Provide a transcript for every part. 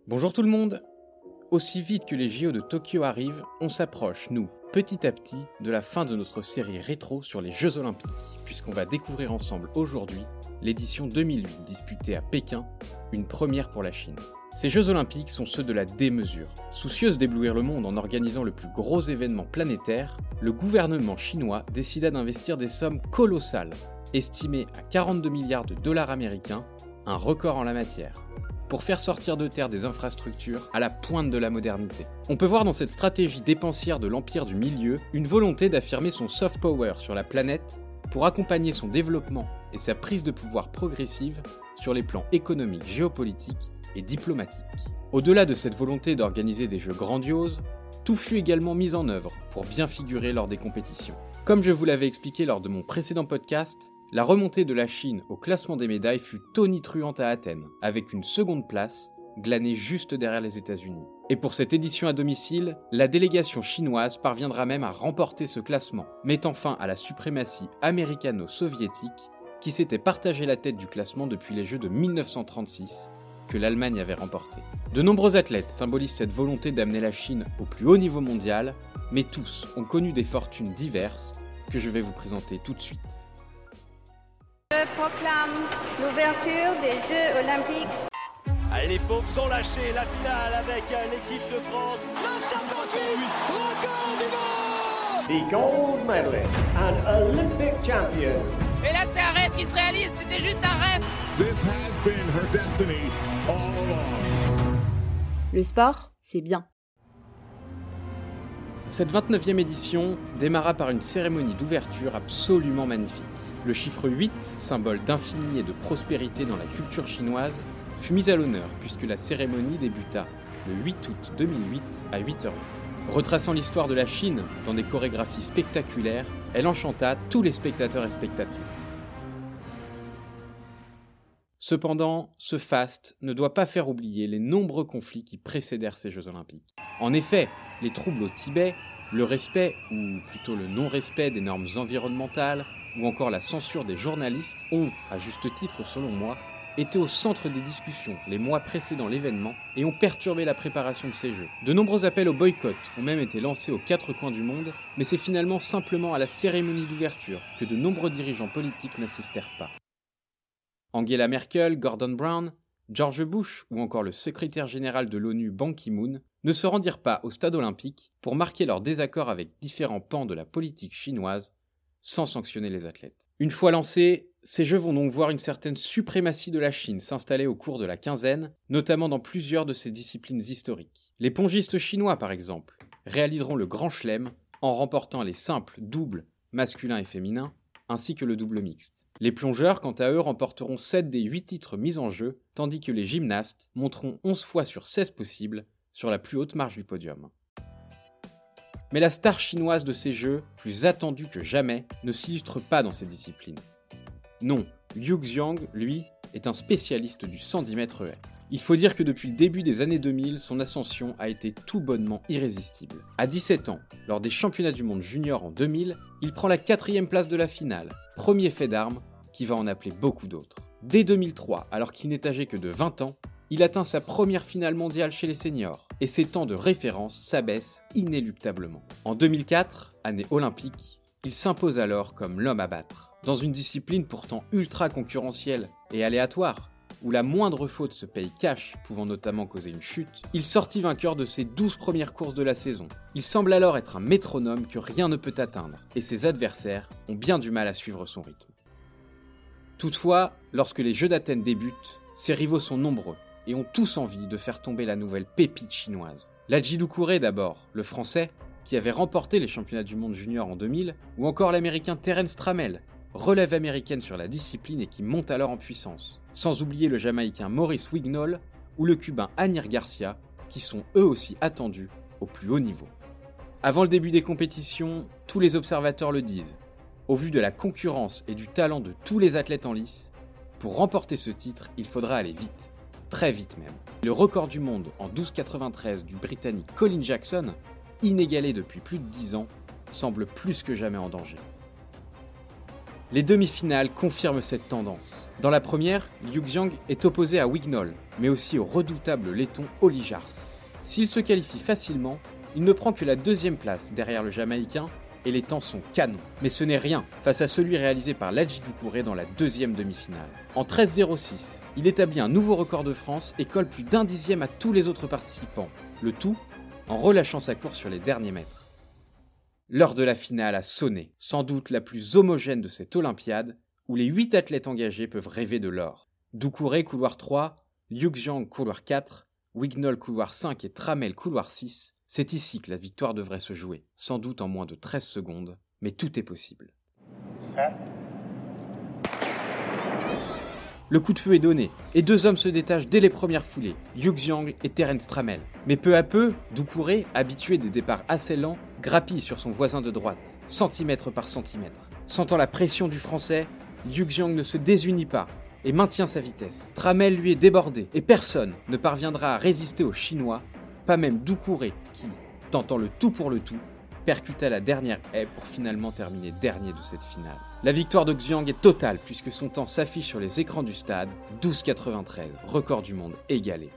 Bonjour tout le monde. Aussi vite que les JO de Tokyo arrivent, on s'approche, nous, petit à petit, de la fin de notre série rétro sur les Jeux Olympiques, puisqu'on va découvrir ensemble aujourd'hui l'édition 2008 disputée à Pékin, une première pour la Chine. Ces Jeux Olympiques sont ceux de la démesure. Soucieuse d'éblouir le monde en organisant le plus gros événement planétaire, le gouvernement chinois décida d'investir des sommes colossales, estimées à 42 milliards de dollars américains, un record en la matière, pour faire sortir de terre des infrastructures à la pointe de la modernité. On peut voir dans cette stratégie dépensière de l'Empire du Milieu une volonté d'affirmer son soft power sur la planète pour accompagner son développement et sa prise de pouvoir progressive sur les plans économiques, géopolitiques et diplomatiques. Au-delà de cette volonté d'organiser des jeux grandioses, tout fut également mis en œuvre pour bien figurer lors des compétitions. Comme je vous l'avais expliqué lors de mon précédent podcast, la remontée de la Chine au classement des médailles fut tonitruante à Athènes, avec une seconde place, glanée juste derrière les États-Unis. Et pour cette édition à domicile, la délégation chinoise parviendra même à remporter ce classement, mettant fin à la suprématie américano-soviétique qui s'était partagé la tête du classement depuis les Jeux de 1936, que l'Allemagne avait remporté. De nombreux athlètes symbolisent cette volonté d'amener la Chine au plus haut niveau mondial, mais tous ont connu des fortunes diverses que je vais vous présenter tout de suite. Je proclame l'ouverture des Jeux Olympiques. Allez, les pauvres sont lâchés, la finale avec l'équipe de France. 958, record du monde! The gold medalist and Olympic champion. Et là, c'est un rêve qui se réalise, c'était juste un rêve. This has been her destiny all along. Le sport, c'est bien. Cette 29e édition démarra par une cérémonie d'ouverture absolument magnifique. Le chiffre 8, symbole d'infini et de prospérité dans la culture chinoise, fut mis à l'honneur puisque la cérémonie débuta le 8 août 2008 à 8h. Retraçant l'histoire de la Chine dans des chorégraphies spectaculaires, elle enchanta tous les spectateurs et spectatrices. Cependant, ce faste ne doit pas faire oublier les nombreux conflits qui précédèrent ces Jeux Olympiques. En effet, les troubles au Tibet, le respect, ou plutôt le non-respect des normes environnementales, ou encore la censure des journalistes ont, à juste titre selon moi, été au centre des discussions les mois précédant l'événement et ont perturbé la préparation de ces Jeux. De nombreux appels au boycott ont même été lancés aux quatre coins du monde, mais c'est finalement simplement à la cérémonie d'ouverture que de nombreux dirigeants politiques n'assistèrent pas. Angela Merkel, Gordon Brown, George Bush ou encore le secrétaire général de l'ONU Ban Ki-moon ne se rendirent pas au stade olympique pour marquer leur désaccord avec différents pans de la politique chinoise sans sanctionner les athlètes. Une fois lancés, ces Jeux vont donc voir une certaine suprématie de la Chine s'installer au cours de la quinzaine, notamment dans plusieurs de ses disciplines historiques. Les pongistes chinois, par exemple, réaliseront le Grand Chelem en remportant les simples, doubles, masculins et féminins, ainsi que le double mixte. Les plongeurs, quant à eux, remporteront 7 des 8 titres mis en jeu, tandis que les gymnastes monteront 11 fois sur 16 possibles sur la plus haute marche du podium. Mais la star chinoise de ces Jeux, plus attendue que jamais, ne s'illustre pas dans ces disciplines. Non, Liu Xiang, lui, est un spécialiste du 110 mètres haies. Il faut dire que depuis le début des années 2000, son ascension a été tout bonnement irrésistible. À 17 ans, lors des championnats du monde junior en 2000, il prend la 4e place de la finale, premier fait d'armes qui va en appeler beaucoup d'autres. Dès 2003, alors qu'il n'est âgé que de 20 ans, il atteint sa première finale mondiale chez les seniors, et ses temps de référence s'abaissent inéluctablement. En 2004, année olympique, il s'impose alors comme l'homme à battre. Dans une discipline pourtant ultra concurrentielle et aléatoire, où la moindre faute se paye cash, pouvant notamment causer une chute, il sortit vainqueur de ses 12 premières courses de la saison. Il semble alors être un métronome que rien ne peut atteindre, et ses adversaires ont bien du mal à suivre son rythme. Toutefois, lorsque les Jeux d'Athènes débutent, ses rivaux sont nombreux, et ont tous envie de faire tomber la nouvelle pépite chinoise. Ladji Doucouré d'abord, le français, qui avait remporté les championnats du monde junior en 2000, ou encore l'américain Terence Trammell, relève américaine sur la discipline et qui monte alors en puissance. Sans oublier le jamaïcain Maurice Wignol ou le cubain Anir Garcia, qui sont eux aussi attendus au plus haut niveau. Avant le début des compétitions, tous les observateurs le disent. Au vu de la concurrence et du talent de tous les athlètes en lice, pour remporter ce titre, il faudra aller vite. Très vite même. Le record du monde en 12,93 du Britannique Colin Jackson, inégalé depuis plus de 10 ans, semble plus que jamais en danger. Les demi-finales confirment cette tendance. Dans la première, Liu Xiang est opposé à Wignall, mais aussi au redoutable letton Olli Jars. S'il se qualifie facilement, il ne prend que la 2e place derrière le Jamaïcain et les temps sont canons. Mais ce n'est rien face à celui réalisé par Ladji Doucouré dans la 2e demi-finale. En 13,06, il établit un nouveau record de France et colle plus d'1 dixième à tous les autres participants, le tout en relâchant sa course sur les derniers mètres. L'heure de la finale a sonné, sans doute la plus homogène de cette Olympiade, où les 8 athlètes engagés peuvent rêver de l'or. Doucouré, couloir 3, Liu Xiang, couloir 4, Wignall, couloir 5 et Tramel, couloir 6. C'est ici que la victoire devrait se jouer, sans doute en moins de 13 secondes, mais tout est possible. Le coup de feu est donné, et 2 hommes se détachent dès les premières foulées, Liu Xiang et Terence Tramel. Mais peu à peu, Doucouré, habitué des départs assez lents, grappille sur son voisin de droite, centimètre par centimètre. Sentant la pression du Français, Liu Xiang ne se désunit pas et maintient sa vitesse. Tramel lui est débordé, et personne ne parviendra à résister aux Chinois, pas même Doucouré qui, tentant le tout pour le tout, percuta la dernière haie pour finalement terminer dernier de cette finale. La victoire de Xiang est totale puisque son temps s'affiche sur les écrans du stade, 12,93, record du monde égalé.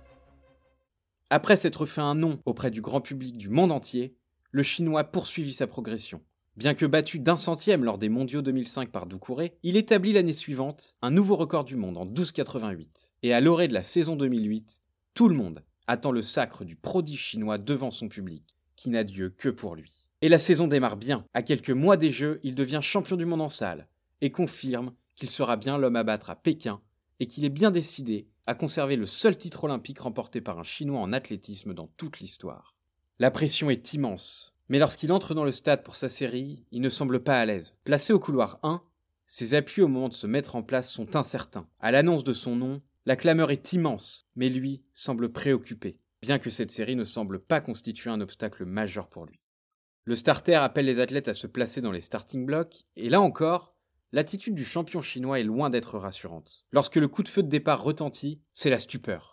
Après s'être fait un nom auprès du grand public du monde entier, le Chinois poursuivit sa progression. Bien que battu d'1 centième lors des mondiaux 2005 par Doucouré, il établit l'année suivante un nouveau record du monde en 12,88. Et à l'orée de la saison 2008, tout le monde attend le sacre du prodige chinois devant son public, qui n'a Dieu que pour lui. Et la saison démarre bien. À quelques mois des Jeux, il devient champion du monde en salle et confirme qu'il sera bien l'homme à battre à Pékin et qu'il est bien décidé à conserver le seul titre olympique remporté par un Chinois en athlétisme dans toute l'histoire. La pression est immense, mais lorsqu'il entre dans le stade pour sa série, il ne semble pas à l'aise. Placé au couloir 1, ses appuis au moment de se mettre en place sont incertains. À l'annonce de son nom, la clameur est immense, mais lui semble préoccupé, bien que cette série ne semble pas constituer un obstacle majeur pour lui. Le starter appelle les athlètes à se placer dans les starting blocks, et là encore, l'attitude du champion chinois est loin d'être rassurante. Lorsque le coup de feu de départ retentit, c'est la stupeur.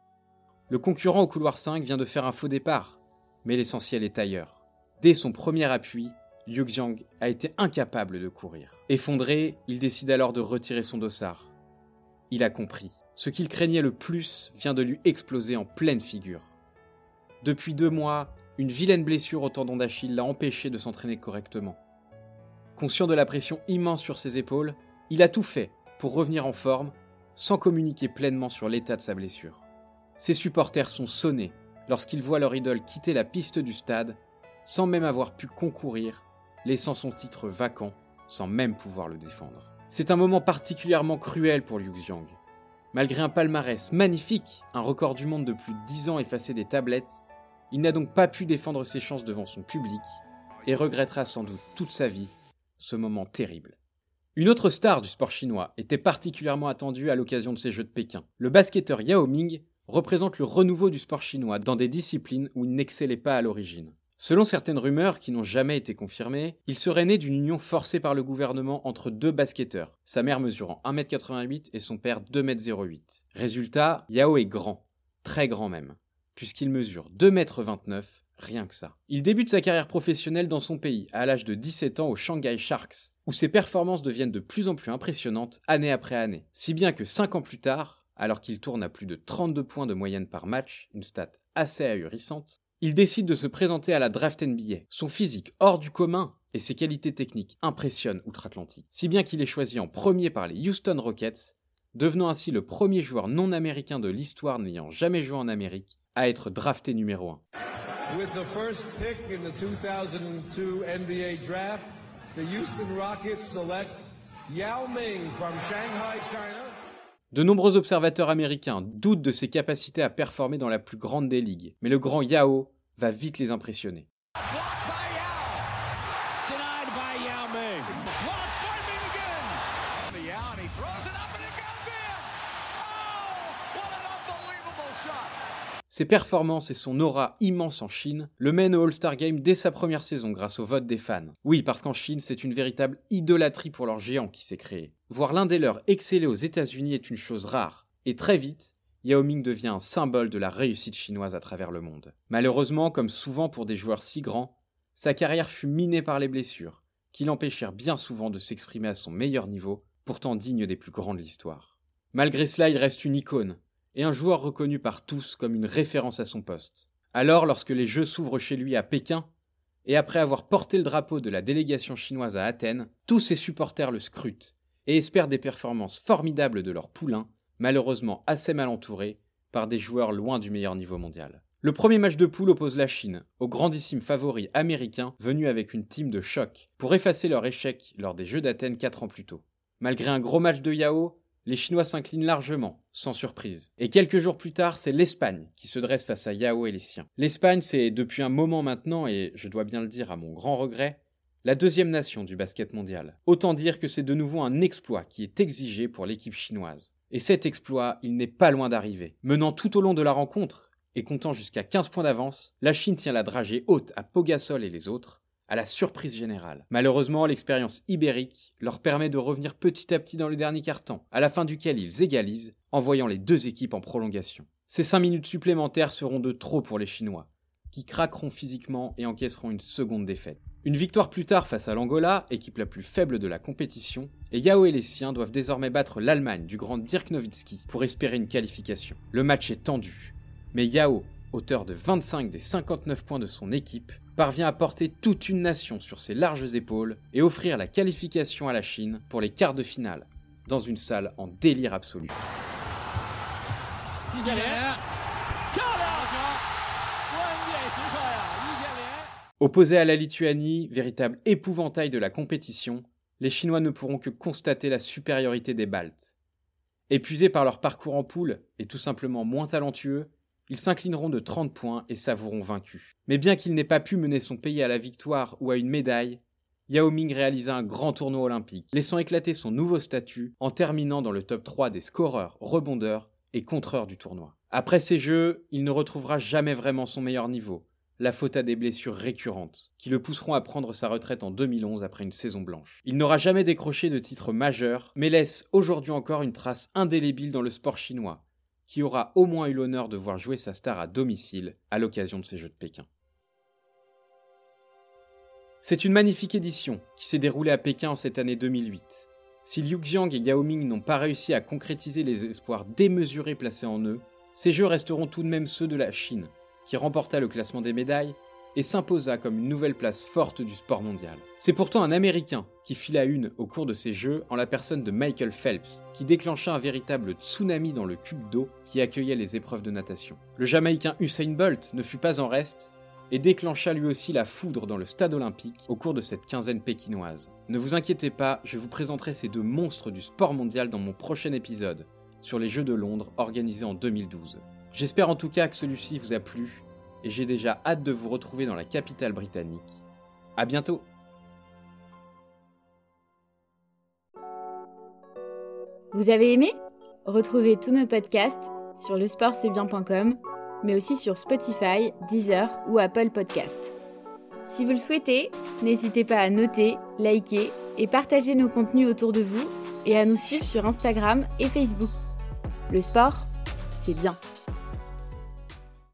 Le concurrent au couloir 5 vient de faire un faux départ, mais l'essentiel est ailleurs. Dès son premier appui, Liu Xiang a été incapable de courir. Effondré, il décide alors de retirer son dossard. Il a compris. Ce qu'il craignait le plus vient de lui exploser en pleine figure. Depuis 2 mois, une vilaine blessure au tendon d'Achille l'a empêché de s'entraîner correctement. Conscient de la pression immense sur ses épaules, il a tout fait pour revenir en forme, sans communiquer pleinement sur l'état de sa blessure. Ses supporters sont sonnés lorsqu'ils voient leur idole quitter la piste du stade, sans même avoir pu concourir, laissant son titre vacant, sans même pouvoir le défendre. C'est un moment particulièrement cruel pour Liu Xiang. Malgré un palmarès magnifique, un record du monde de plus de 10 ans effacé des tablettes, il n'a donc pas pu défendre ses chances devant son public et regrettera sans doute toute sa vie ce moment terrible. Une autre star du sport chinois était particulièrement attendue à l'occasion de ces Jeux de Pékin. Le basketteur Yao Ming représente le renouveau du sport chinois dans des disciplines où il n'excellait pas à l'origine. Selon certaines rumeurs qui n'ont jamais été confirmées, il serait né d'une union forcée par le gouvernement entre 2 basketteurs, sa mère mesurant 1m88 et son père 2m08. Résultat, Yao est grand, très grand même, puisqu'il mesure 2m29, rien que ça. Il débute sa carrière professionnelle dans son pays, à l'âge de 17 ans au Shanghai Sharks, où ses performances deviennent de plus en plus impressionnantes année après année, si bien que 5 ans plus tard, alors qu'il tourne à plus de 32 points de moyenne par match, une stat assez ahurissante, il décide de se présenter à la draft NBA. Son physique hors du commun et ses qualités techniques impressionnent outre-Atlantique, si bien qu'il est choisi en premier par les Houston Rockets, devenant ainsi le premier joueur non américain de l'histoire n'ayant jamais joué en Amérique à être drafté numéro 1. With the first pick in the 2002 NBA draft, the Houston Rockets select Yao Ming from Shanghai, China. De nombreux observateurs américains doutent de ses capacités à performer dans la plus grande des ligues, mais le grand Yao va vite les impressionner. Ses performances et son aura immense en Chine le mènent au All-Star Game dès sa première saison grâce au vote des fans. Oui, parce qu'en Chine, c'est une véritable idolâtrie pour leur géant qui s'est créée. Voir l'un des leurs exceller aux États-Unis est une chose rare. Et très vite, Yao Ming devient un symbole de la réussite chinoise à travers le monde. Malheureusement, comme souvent pour des joueurs si grands, sa carrière fut minée par les blessures, qui l'empêchèrent bien souvent de s'exprimer à son meilleur niveau, pourtant digne des plus grands de l'histoire. Malgré cela, il reste une icône, et un joueur reconnu par tous comme une référence à son poste. Alors, lorsque les Jeux s'ouvrent chez lui à Pékin, et après avoir porté le drapeau de la délégation chinoise à Athènes, tous ses supporters le scrutent, et espèrent des performances formidables de leur poulain, malheureusement assez mal entouré par des joueurs loin du meilleur niveau mondial. Le premier match de poule oppose la Chine aux grandissimes favoris américains venus avec une team de choc pour effacer leur échec lors des Jeux d'Athènes 4 ans plus tôt. Malgré un gros match de Yao, les Chinois s'inclinent largement, sans surprise. Et quelques jours plus tard, c'est l'Espagne qui se dresse face à Yao et les siens. L'Espagne, c'est depuis un moment maintenant, et je dois bien le dire à mon grand regret, la deuxième nation du basket mondial. Autant dire que c'est de nouveau un exploit qui est exigé pour l'équipe chinoise. Et cet exploit, il n'est pas loin d'arriver. Menant tout au long de la rencontre, et comptant jusqu'à 15 points d'avance, la Chine tient la dragée haute à Pau Gasol et les autres, à la surprise générale. Malheureusement, l'expérience ibérique leur permet de revenir petit à petit dans le dernier quart-temps, à la fin duquel ils égalisent, envoyant les deux équipes en prolongation. Ces 5 minutes supplémentaires seront de trop pour les Chinois, qui craqueront physiquement et encaisseront une seconde défaite. Une victoire plus tard face à l'Angola, équipe la plus faible de la compétition, et Yao et les siens doivent désormais battre l'Allemagne du grand Dirk Nowitzki pour espérer une qualification. Le match est tendu, mais Yao, auteur de 25 des 59 points de son équipe, parvient à porter toute une nation sur ses larges épaules et offrir la qualification à la Chine pour les quarts de finale, dans une salle en délire absolu. Opposés à la Lituanie, véritable épouvantail de la compétition, les Chinois ne pourront que constater la supériorité des Baltes. Épuisés par leur parcours en poule et tout simplement moins talentueux, ils s'inclineront de 30 points et s'avoueront vaincus. Mais bien qu'il n'ait pas pu mener son pays à la victoire ou à une médaille, Yao Ming réalisa un grand tournoi olympique, laissant éclater son nouveau statut en terminant dans le top 3 des scoreurs, rebondeurs et contreurs du tournoi. Après ces Jeux, il ne retrouvera jamais vraiment son meilleur niveau, la faute à des blessures récurrentes, qui le pousseront à prendre sa retraite en 2011 après une saison blanche. Il n'aura jamais décroché de titre majeur, mais laisse aujourd'hui encore une trace indélébile dans le sport chinois, qui aura au moins eu l'honneur de voir jouer sa star à domicile à l'occasion de ces Jeux de Pékin. C'est une magnifique édition qui s'est déroulée à Pékin en cette année 2008. Si Liu Xiang et Yao Ming n'ont pas réussi à concrétiser les espoirs démesurés placés en eux, ces Jeux resteront tout de même ceux de la Chine, qui remporta le classement des médailles et s'imposa comme une nouvelle place forte du sport mondial. C'est pourtant un Américain qui fit la une au cours de ces Jeux en la personne de Michael Phelps, qui déclencha un véritable tsunami dans le cube d'eau qui accueillait les épreuves de natation. Le Jamaïcain Usain Bolt ne fut pas en reste et déclencha lui aussi la foudre dans le stade olympique au cours de cette quinzaine pékinoise. Ne vous inquiétez pas, je vous présenterai ces deux monstres du sport mondial dans mon prochain épisode sur les Jeux de Londres organisés en 2012. J'espère en tout cas que celui-ci vous a plu, et j'ai déjà hâte de vous retrouver dans la capitale britannique. À bientôt! Vous avez aimé? Retrouvez tous nos podcasts sur lesportcestbien.com, mais aussi sur Spotify, Deezer ou Apple Podcasts. Si vous le souhaitez, n'hésitez pas à noter, liker et partager nos contenus autour de vous et à nous suivre sur Instagram et Facebook. Le sport, c'est bien.